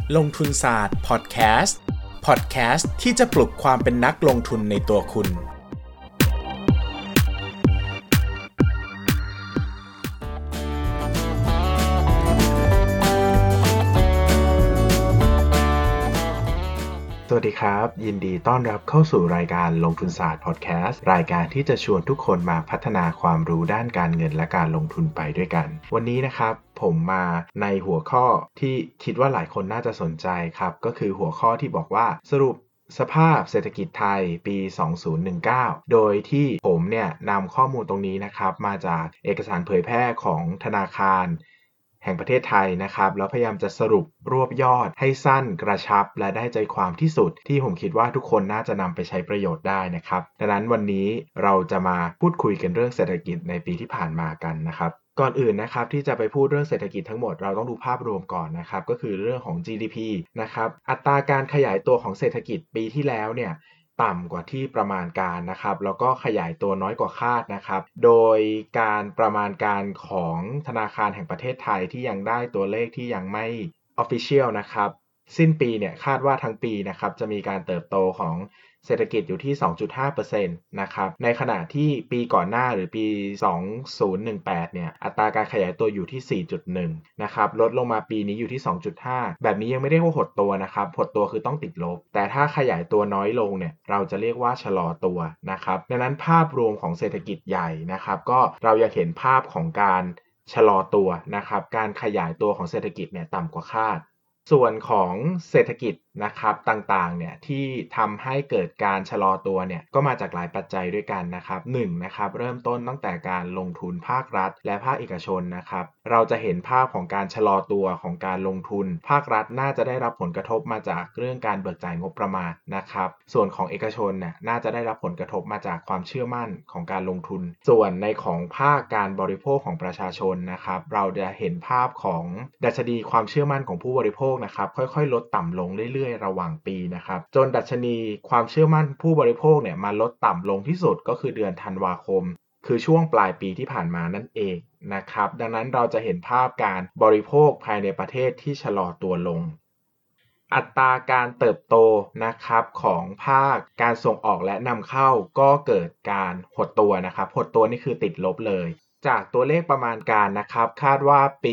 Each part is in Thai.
ลงทุนศาสตร์พอดแคสต์ที่จะปลุกความเป็นนักลงทุนในตัวคุณสวัสดีครับยินดีต้อนรับเข้าสู่รายการลงทุนศาสตร์พอดแคสต์รายการที่จะชวนทุกคนมาพัฒนาความรู้ด้านการเงินและการลงทุนไปด้วยกันวันนี้นะครับผมมาในหัวข้อที่คิดว่าหลายคนน่าจะสนใจครับก็คือหัวข้อที่บอกว่าสรุปสภาพเศรษฐกิจไทยปี 2019 โดยที่ผมเนี่ยนำข้อมูลตรงนี้นะครับมาจากเอกสารเผยแพร่ของธนาคารแห่งประเทศไทยนะครับแล้วพยายามจะสรุปรวบยอดให้สั้นกระชับและได้ใจความที่สุดที่ผมคิดว่าทุกคนน่าจะนำไปใช้ประโยชน์ได้นะครับดังนั้นวันนี้เราจะมาพูดคุยกันเรื่องเศรษฐกิจในปีที่ผ่านมากันนะครับก่อนอื่นนะครับที่จะไปพูดเรื่องเศรษฐกิจทั้งหมดเราต้องดูภาพรวมก่อนนะครับก็คือเรื่องของ GDP นะครับอัตราการขยายตัวของเศรษฐกิจปีที่แล้วเนี่ยต่ำกว่าที่ประมาณการนะครับแล้วก็ขยายตัวน้อยกว่าคาดนะครับโดยการประมาณการของธนาคารแห่งประเทศไทยที่ยังได้ตัวเลขที่ยังไม่ Official นะครับสิ้นปีเนี่ยคาดว่าทั้งปีนะครับจะมีการเติบโตของเศรษฐกิจอยู่ที่ 2.5% นะครับในขณะที่ปีก่อนหน้าหรือปี 2018 เนี่ยอัตราการขยายตัวอยู่ที่ 4.1 นะครับลดลงมาปีนี้อยู่ที่ 2.5 แบบนี้ยังไม่เรียกว่าหดตัวนะครับหดตัวคือต้องติดลบแต่ถ้าขยายตัวน้อยลงเนี่ยเราจะเรียกว่าชะลอตัวนะครับดังนั้นภาพรวมของเศรษฐกิจใหญ่นะครับก็เรายังเห็นภาพของการชะลอตัวนะครับการขยายตัวของเศรษฐกิจเนี่ยต่ำกว่าคาดส่วนของเศรษฐกิจนะครับต่างๆเนี่ยที่ทำให้เกิดการชะลอตัวเนี่ยก็มาจากหลายปัจจัยด้วยกันนะครับ1นะครับเริ่มต้นตั้งแต่การลงทุนภาครัฐและภาคเอกชนนะครับเราจะเห็นภาพของการชะลอตัวของการลงทุนภาครัฐน่าจะได้รับผลกระทบมาจากเรื่องการเบิกจ่ายงบประมาณนะครับส่วนของเอกชนเนี่ยน่าจะได้รับผลกระทบมาจากความเชื่อมั่นของการลงทุนส่วนในของภาคการบริโภคของประชาชนนะครับเราจะเห็นภาพของดัชนีความเชื่อมั่นของผู้บริโภคนะครับค่อยๆลดต่ำลงเรื่อยๆระหว่างปีนะครับจนดัชนีความเชื่อมั่นผู้บริโภคเนี่ยมาลดต่ำลงที่สุดก็คือเดือนธันวาคมคือช่วงปลายปีที่ผ่านมานั่นเองนะครับดังนั้นเราจะเห็นภาพการบริโภคภายในประเทศที่ชะลอตัวลงอัตราการเติบโตนะครับของภาคการส่งออกและนำเข้าก็เกิดการหดตัวนะครับหดตัวนี่คือติดลบเลยจากตัวเลขประมาณการนะครับคาดว่าปี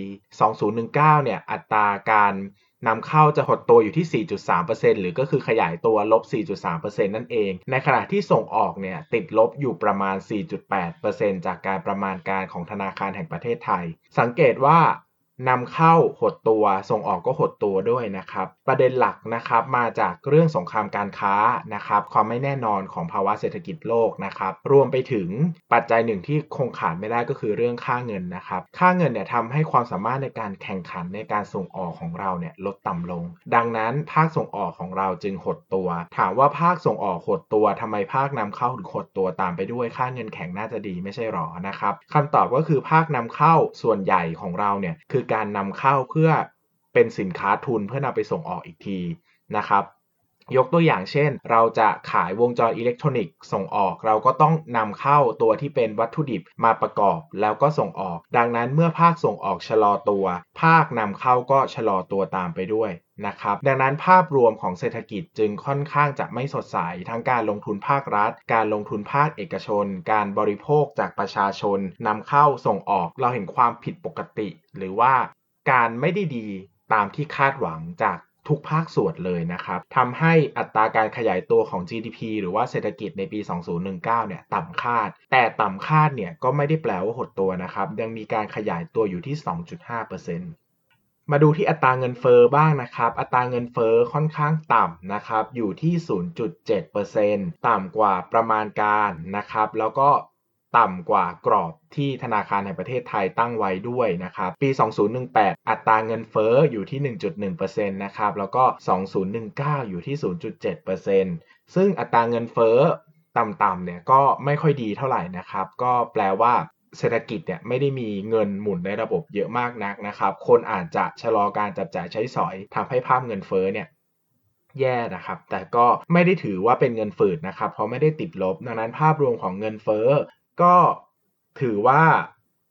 2019 เนี่ยอัตราการนำเข้าจะหดตัวอยู่ที่ 4.3% หรือก็คือขยายตัวลบ 4.3% นั่นเองในขณะที่ส่งออกเนี่ยติดลบอยู่ประมาณ 4.8% จากการประมาณการของธนาคารแห่งประเทศไทยสังเกตว่านำเข้าหดตัวส่งออกก็หดตัวด้วยนะครับประเด็นหลักนะครับมาจากเรื่องสงครามการค้านะครับความไม่แน่นอนของภาวะเศรษฐกิจโลกนะครับรวมไปถึงปัจจัยหนึ่งที่คงขาดไม่ได้ก็คือเรื่องค่าเงินนะครับค่าเงินเนี่ยทำให้ความสามารถในการแข่งขันในการส่งออกของเราเนี่ยลดต่ำลงดังนั้นภาคส่งออกของเราจึงหดตัวถามว่าภาคส่งออกหดตัวทำไมภาคนำเข้าถึงหดตัวตามไปด้วยค่าเงินแข็งน่าจะดีไม่ใช่หรอนะครับคำตอบก็คือภาคนำเข้าส่วนใหญ่ของเราเนี่ยคือการนำเข้าเพื่อเป็นสินค้าทุนเพื่อนำไปส่งออกอีกทีนะครับยกตัวอย่างเช่นเราจะขายวงจรอิเล็กทรอนิกส์ส่งออกเราก็ต้องนำเข้าตัวที่เป็นวัตถุดิบมาประกอบแล้วก็ส่งออกดังนั้นเมื่อภาคส่งออกชะลอตัวภาคนำเข้าก็ชะลอตัวตามไปด้วยนะครับดังนั้นภาพรวมของเศรษฐกิจจึงค่อนข้างจะไม่สดใสทั้งการลงทุนภาครัฐการลงทุนภาคเอกชนการบริโภคจากประชาชนนำเข้าส่งออกเราเห็นความผิดปกติหรือว่าการไม่ได้ดีตามที่คาดหวังจากทุกภาคส่วนเลยนะครับทำให้อัตราการขยายตัวของ GDP หรือว่าเศรษฐกิจในปี 2019 เนี่ยต่ำคาดแต่ต่ำคาดเนี่ยก็ไม่ได้แปลว่าหดตัวนะครับยังมีการขยายตัวอยู่ที่ 2.5% มาดูที่อัตราเงินเฟ้อบ้างนะครับอัตราเงินเฟ้อค่อนข้างต่ำนะครับอยู่ที่ 0.7% ต่ำกว่าประมาณการนะครับแล้วก็ต่ำกว่ากรอบที่ธนาคารแห่งประเทศไทยตั้งไว้ด้วยนะครับปี 2018 อัตราเงินเฟ้ออยู่ที่ 1.1% นะครับแล้วก็ 2019 อยู่ที่ 0.7% ซึ่งอัตราเงินเฟ้อต่ำๆเนี่ยก็ไม่ค่อยดีเท่าไหร่นะครับก็แปลว่าเศรษฐกิจเนี่ยไม่ได้มีเงินหมุนในระบบเยอะมากนักนะครับคนอาจจะชะลอการจับจ่ายใช้สอยทำให้ภาพเงินเฟ้อเนี่ยแย่นะครับแต่ก็ไม่ได้ถือว่าเป็นเงินฝืดนะครับเพราะไม่ได้ติดลบดังนั้นภาพรวมของเงินเฟ้อก็ถือว่า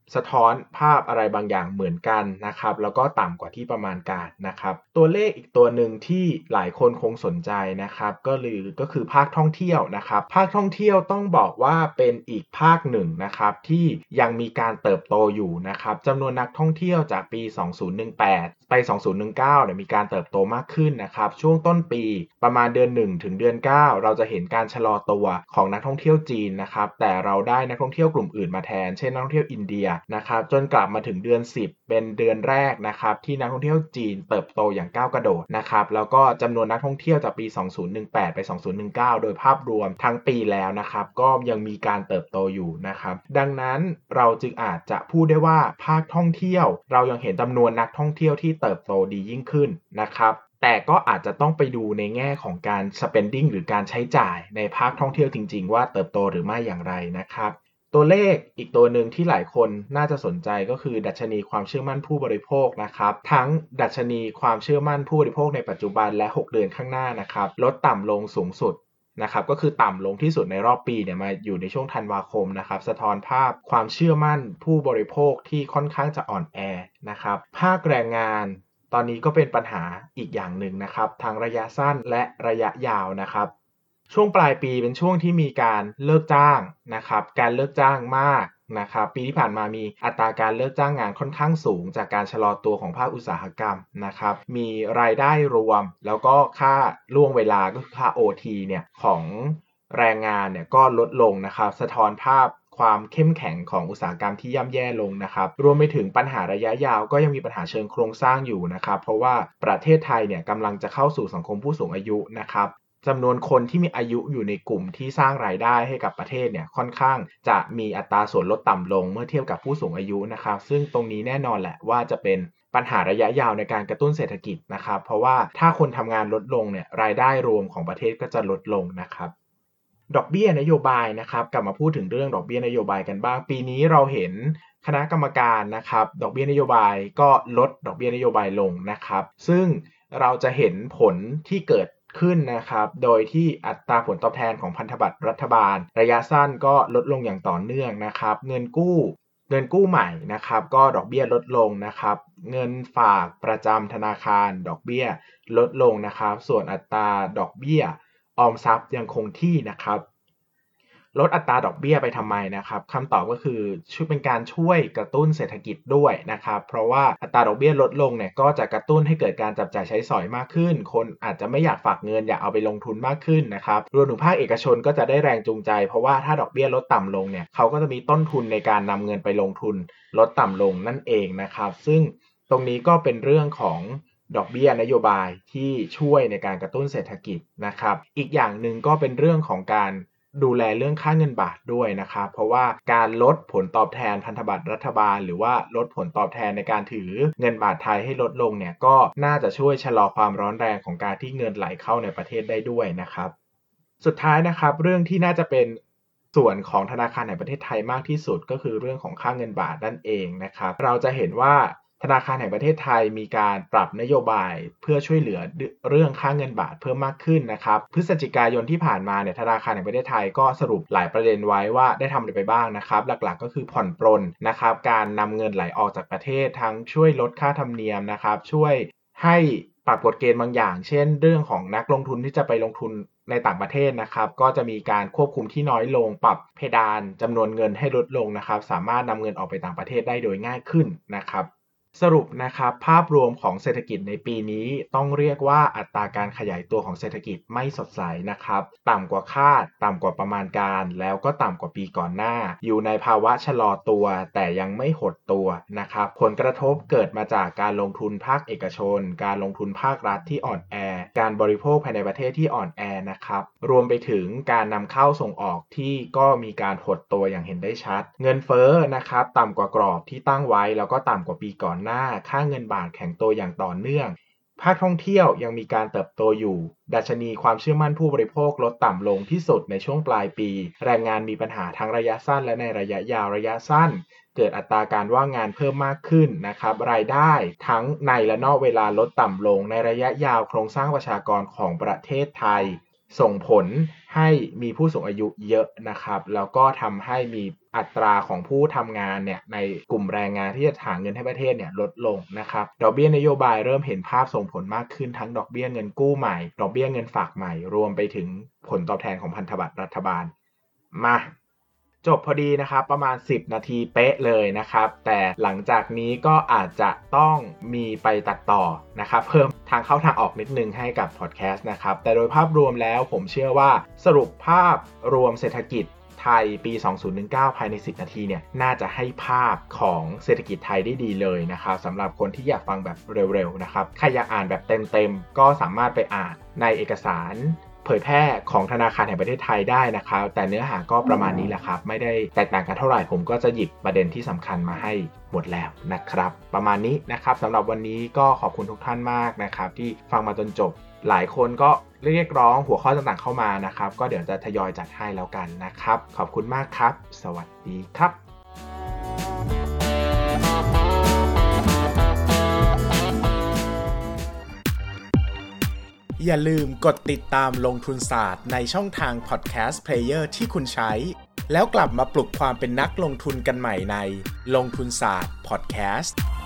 สะท้อนภาพอะไรบางอย่างเหมือนกันนะครับแล้วก็ต่ำกว่าที่ประมาณการนะครับตัวเลขอีกตัวหนึ่งที่หลายคนคงสนใจนะครับก็คือภาคท่องเที่ยวนะครับภาคท่องเที่ยวต้องบอกว่าเป็นอีกภาคหนึ่งนะครับที่ยังมีการเติบโตอยู่นะครับจำนวนนักท่องเที่ยวจากปี 2018 ไป 2019เนี่ยมีการเติบโตมากขึ้นนะครับช่วงต้นปีประมาณเดือน1ถึงเดือน9เราจะเห็นการชะลอตัวของนักท่องเที่ยวจีนนะครับแต่เราได้นักท่องเที่ยวกลุ่มอื่นมาแทนเช่นนักท่องเที่ยวอินเดียนะครับจนกลับมาถึงเดือน10เป็นเดือนแรกนะครับที่นักท่องเที่ยวจีนเติบโตอย่างก้าวกระโดดนะครับแล้วก็จำนวนนักท่องเที่ยวจากปี 2018 ไป 2019 โดยภาพรวมทั้งปีแล้วนะครับก็ยังมีการเติบโตอยู่นะครับดังนั้นเราจึงอาจจะพูดได้ว่าภาคท่องเที่ยวเรายังเห็นจำนวนนักท่องเที่ยวที่เติบโตดียิ่งขึ้นนะครับแต่ก็อาจจะต้องไปดูในแง่ของการ spending หรือการใช้จ่ายในภาคท่องเที่ยวจริงๆว่าเติบโตหรือไม่อย่างไรนะครับตัวเลขอีกตัวหนึ่งที่หลายคนน่าจะสนใจก็คือดัชนีความเชื่อมั่นผู้บริโภคนะครับทั้งดัชนีความเชื่อมั่นผู้บริโภคในปัจจุบันและ6เดือนข้างหน้านะครับลดต่ำลงสูงสุดนะครับก็คือต่ำลงที่สุดในรอบปีเนี่ยมาอยู่ในช่วงธันวาคมนะครับสะท้อนภาพความเชื่อมั่นผู้บริโภคที่ค่อนข้างจะอ่อนแอนะครับภาคแรงงานตอนนี้ก็เป็นปัญหาอีกอย่างหนึ่งนะครับทั้งระยะสั้นและระยะยาวนะครับช่วงปลายปีเป็นช่วงที่มีการเลิกจ้างนะครับการเลิกจ้างมากนะครับปีที่ผ่านมามีอัตราการเลิกจ้างงานค่อนข้างสูงจากการชะลอตัวของภาคอุตสาหกรรมนะครับมีรายได้รวมแล้วก็ค่าล่วงเวลาก็คือค่า OT เนี่ยของแรงงานเนี่ยก็ลดลงนะครับสะท้อนภาพความเข้มแข็งของอุตสาหกรรมที่ย่ำแย่ลงนะครับรวมไปถึงปัญหาระยะยาวก็ยังมีปัญหาเชิงโครงสร้างอยู่นะครับเพราะว่าประเทศไทยเนี่ยกำลังจะเข้าสู่สังคมผู้สูงอายุนะครับจำนวนคนที่มีอายุอยู่ในกลุ่มที่สร้างรายได้ให้กับประเทศเนี่ยค่อนข้างจะมีอัตราส่วนลดต่ำลงเมื่อเทียบกับผู้สูงอายุนะครับซึ่งตรงนี้แน่นอนแหละว่าจะเป็นปัญหาระยะยาวในการกระตุ้นเศรษฐกิจนะครับเพราะว่าถ้าคนทำงานลดลงเนี่ยรายได้รวมของประเทศก็จะลดลงนะครับดอกเบี้ยนโยบายนะครับกลับมาพูดถึงเรื่องดอกเบี้ยนโยบายกันบ้างปีนี้เราเห็นคณะกรรมการนะครับดอกเบี้ยนโยบายก็ลดดอกเบี้ยนโยบายลงนะครับซึ่งเราจะเห็นผลที่เกิดขึ้นนะครับโดยที่อัตราผลตอบแทนของพันธบัตรรัฐบาลระยะสั้นก็ลดลงอย่างต่อเนื่องนะครับเงินกู้ใหม่นะครับก็ดอกเบี้ยลดลงนะครับเงินฝากประจำธนาคารดอกเบี้ยลดลงนะครับส่วนอัตราดอกเบี้ยออมทรัพย์ยังคงที่นะครับลดอัตราดอกเบี้ยไปทำไมนะครับคำตอบก็คือเป็นการช่วยกระตุ้นเศรษฐกิจด้วยนะครับเพราะว่าอัตราดอกเบี้ยลดลงเนี่ยก็จะกระตุ้นให้เกิดการจับจ่ายใช้สอยมากขึ้นคนอาจจะไม่อยากฝากเงินอยากเอาไปลงทุนมากขึ้นนะครับรวมถึงภาคเอกชนก็จะได้แรงจูงใจเพราะว่าถ้าดอกเบี้ยลดต่ำลงเนี่ยเขาก็จะมีต้นทุนในการนำเงินไปลงทุนลดต่ำลงนั่นเองนะครับซึ่งตรงนี้ก็เป็นเรื่องของดอกเบี้ยนโยบายที่ช่วยในการกระตุ้นเศรษฐกิจนะครับอีกอย่างหนึ่งก็เป็นเรื่องของการดูแลเรื่องค่าเงินบาทด้วยนะครับเพราะว่าการลดผลตอบแทนพันธบัตรรัฐบาลหรือว่าลดผลตอบแทนในการถือเงินบาทไทยให้ลดลงเนี่ยก็น่าจะช่วยชะลอความร้อนแรงของการที่เงินไหลเข้าในประเทศได้ด้วยนะครับสุดท้ายนะครับเรื่องที่น่าจะเป็นส่วนของธนาคารแห่งประเทศไทยมากที่สุดก็คือเรื่องของค่าเงินบาทนั่นเองนะครับเราจะเห็นว่าธนาคารแห่งประเทศไทยมีการปรับนโยบายเพื่อช่วยเหลือเรื่องค่าเงินบาทเพิ่มมากขึ้นนะครับพฤศจิกายนที่ผ่านมาเนี่ยธนาคารแห่งประเทศไทยก็สรุปหลายประเด็นไว้ว่าได้ทำอะไรไปบ้างนะครับหลักๆก็คือผ่อนปรนนะครับการนำเงินไหลออกจากประเทศทั้งช่วยลดค่าธรรมเนียมนะครับช่วยให้ปรับกฎเกณฑ์บางอย่างเช่นเรื่องของนักลงทุนที่จะไปลงทุนในต่างประเทศนะครับก็จะมีการควบคุมที่น้อยลงปรับเพดานจำนวนเงินให้ลดลงนะครับสามารถนำเงินออกไปต่างประเทศได้โดยง่ายขึ้นนะครับสรุปนะครับภาพรวมของเศรษฐกิจในปีนี้ต้องเรียกว่าอัตราการขยายตัวของเศรษฐกิจไม่สดใสนะครับต่ำกว่าคาดต่ำกว่าประมาณการแล้วก็ต่ำกว่าปีก่อนหน้าอยู่ในภาวะชะลอตัวแต่ยังไม่หดตัวนะครับผลกระทบเกิดมาจากการลงทุนภาคเอกชนการลงทุนภาครัฐที่อ่อนแอการบริโภคภายในประเทศที่อ่อนแอนะครับรวมไปถึงการนำเข้าส่งออกที่ก็มีการหดตัวอย่างเห็นได้ชัดเงินเฟ้อนะครับต่ำกว่ากรอบที่ตั้งไว้แล้วก็ต่ำกว่าปีก่อนหน้าค่าเงินบาทแข็งตัวอย่างต่อเนื่องภาคท่องเที่ยวยังมีการเติบโตอยู่ดัชนีความเชื่อมั่นผู้บริโภคลดต่ำลงที่สุดในช่วงปลายปีแรงงานมีปัญหาทั้งระยะสั้นและในระยะยาวระยะสั้นเกิดอัตราการว่างงานเพิ่มมากขึ้นนะครับรายได้ทั้งในและนอกเวลาลดต่ำลงในระยะยาวโครงสร้างประชากรของประเทศไทยส่งผลให้มีผู้สูงอายุเยอะนะครับแล้วก็ทำให้มีอัตราของผู้ทำงานเนี่ยในกลุ่มแรงงานที่จะหาเงินให้ประเทศเนี่ยลดลงนะครับดอกเบี้ยนโยบายเริ่มเห็นภาพส่งผลมากขึ้นทั้งดอกเบี้ยเงินกู้ใหม่ดอกเบี้ยเงินฝากใหม่รวมไปถึงผลตอบแทนของพันธบัตรรัฐบาลมาจบพอดีนะครับประมาณ10นาทีเป๊ะเลยนะครับแต่หลังจากนี้ก็อาจจะต้องมีไปตัดต่อนะครับเพิ่มทางเข้าทางออกนิดนึงให้กับพอดแคสต์นะครับแต่โดยภาพรวมแล้วผมเชื่อว่าสรุปภาพรวมเศรษฐกิจไทยปี 2019 ภายใน10นาทีเนี่ยน่าจะให้ภาพของเศรษฐกิจไทยได้ดีเลยนะครับสำหรับคนที่อยากฟังแบบเร็วๆนะครับใครอยากอ่านแบบเต็มๆก็สามารถไปอ่านในเอกสารเผยแพร่ของธนาคารแห่งประเทศไทยได้นะครับแต่เนื้อหาก็ประมาณนี้แหละครับไม่ได้แตกต่างกันเท่าไหร่ผมก็จะหยิบประเด็นที่สำคัญมาให้หมดแล้วนะครับประมาณนี้นะครับสำหรับวันนี้ก็ขอบคุณทุกท่านมากนะครับที่ฟังมาจนจบหลายคนก็เรียกร้องหัวข้อต่างๆเข้ามานะครับก็เดี๋ยวจะทยอยจัดให้แล้วกันนะครับขอบคุณมากครับสวัสดีครับอย่าลืมกดติดตามลงทุนศาสตร์ในช่องทางพอดแคสต์เพลเยอร์ที่คุณใช้แล้วกลับมาปลุกความเป็นนักลงทุนกันใหม่ในลงทุนศาสตร์พอดแคสต์